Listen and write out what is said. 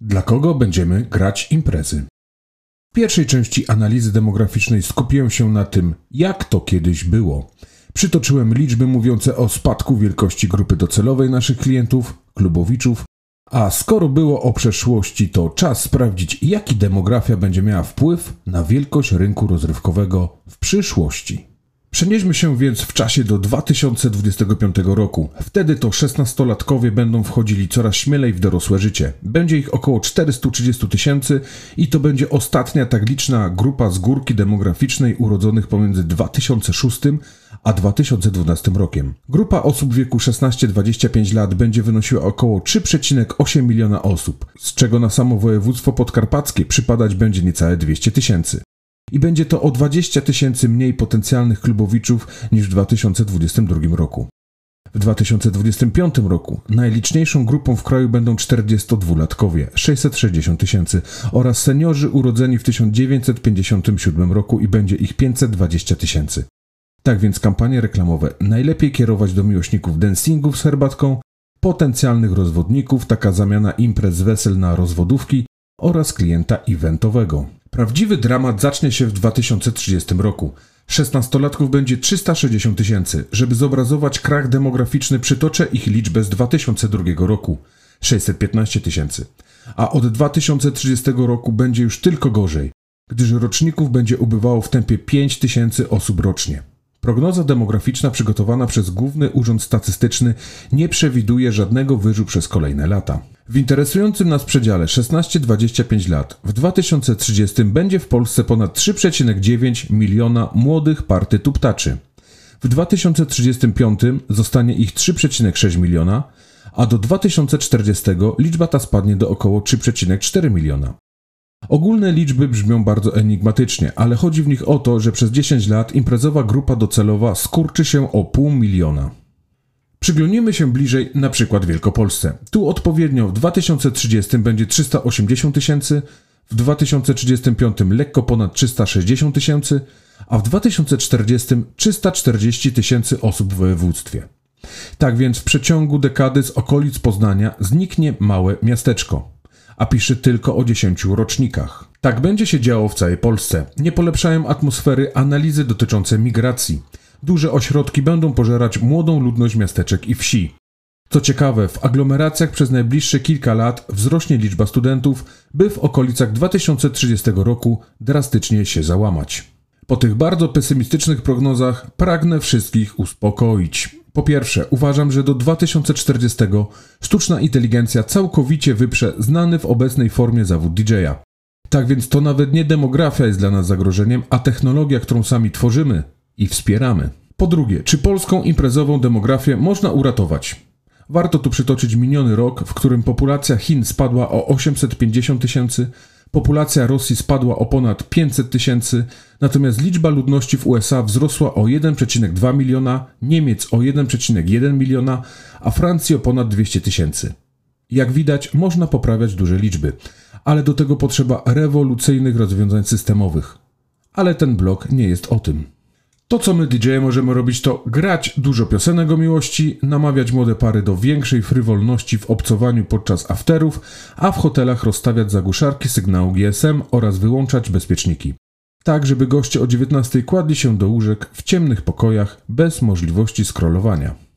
Dla kogo będziemy grać imprezy? W pierwszej części analizy demograficznej skupiłem się na tym, jak to kiedyś było. Przytoczyłem liczby mówiące o spadku wielkości grupy docelowej naszych klientów, klubowiczów, a skoro było o przeszłości, to czas sprawdzić, jaki demografia będzie miała wpływ na wielkość rynku rozrywkowego w przyszłości. Przenieśmy się więc w czasie do 2025 roku. Wtedy to 16-latkowie będą wchodzili coraz śmielej w dorosłe życie. Będzie ich około 430 000 i to będzie ostatnia tak liczna grupa z górki demograficznej urodzonych pomiędzy 2006 a 2012 rokiem. Grupa osób w wieku 16-25 lat będzie wynosiła około 3,8 miliona osób, z czego na samo województwo podkarpackie przypadać będzie niecałe 200 000. I będzie to o 20 000 mniej potencjalnych klubowiczów niż w 2022 roku. W 2025 roku najliczniejszą grupą w kraju będą 42-latkowie, 660 000, oraz seniorzy urodzeni w 1957 roku i będzie ich 520 000. Tak więc kampanie reklamowe najlepiej kierować do miłośników dancingów z herbatką, potencjalnych rozwodników, taka zamiana imprez wesel na rozwodówki oraz klienta eventowego. Prawdziwy dramat zacznie się w 2030 roku. 16-latków będzie 360 000. Żeby zobrazować krach demograficzny, przytoczę ich liczbę z 2002 roku. 615 000. A od 2030 roku będzie już tylko gorzej, gdyż roczników będzie ubywało w tempie 5 000 osób rocznie. Prognoza demograficzna przygotowana przez Główny Urząd Statystyczny nie przewiduje żadnego wyżu przez kolejne lata. W interesującym nas przedziale 16-25 lat w 2030 będzie w Polsce ponad 3,9 miliona młodych party tuptaczy. W 2035 zostanie ich 3,6 miliona, a do 2040 liczba ta spadnie do około 3,4 miliona. Ogólne liczby brzmią bardzo enigmatycznie, ale chodzi w nich o to, że przez 10 lat imprezowa grupa docelowa skurczy się o 500 000. Przyglądnijmy się bliżej na przykład Wielkopolsce. Tu odpowiednio w 2030 będzie 380 000, w 2035 lekko ponad 360 000, a w 2040 340 000 osób w województwie. Tak więc w przeciągu dekady z okolic Poznania zniknie małe miasteczko, a pisze tylko o 10 rocznikach. Tak będzie się działo w całej Polsce. Nie polepszają atmosfery analizy dotyczące migracji. Duże ośrodki będą pożerać młodą ludność miasteczek i wsi. Co ciekawe, w aglomeracjach przez najbliższe kilka lat wzrośnie liczba studentów, by w okolicach 2030 roku drastycznie się załamać. Po tych bardzo pesymistycznych prognozach pragnę wszystkich uspokoić. Po pierwsze, uważam, że do 2040 sztuczna inteligencja całkowicie wyprze znany w obecnej formie zawód DJ-a. Tak więc to nawet nie demografia jest dla nas zagrożeniem, a technologia, którą sami tworzymy i wspieramy. Po drugie, czy polską imprezową demografię można uratować? Warto tu przytoczyć miniony rok, w którym populacja Chin spadła o 850 000, populacja Rosji spadła o ponad 500 000, natomiast liczba ludności w USA wzrosła o 1,2 miliona, Niemiec o 1,1 miliona, a Francji o ponad 200 000. Jak widać, można poprawiać duże liczby, ale do tego potrzeba rewolucyjnych rozwiązań systemowych. Ale ten blog nie jest o tym. To, co my DJ-e możemy robić, to grać dużo piosenek o miłości, namawiać młode pary do większej frywolności w obcowaniu podczas afterów, a w hotelach rozstawiać zagłuszarki sygnału GSM oraz wyłączać bezpieczniki. Tak, żeby goście o 19:00 kładli się do łóżek w ciemnych pokojach bez możliwości scrollowania.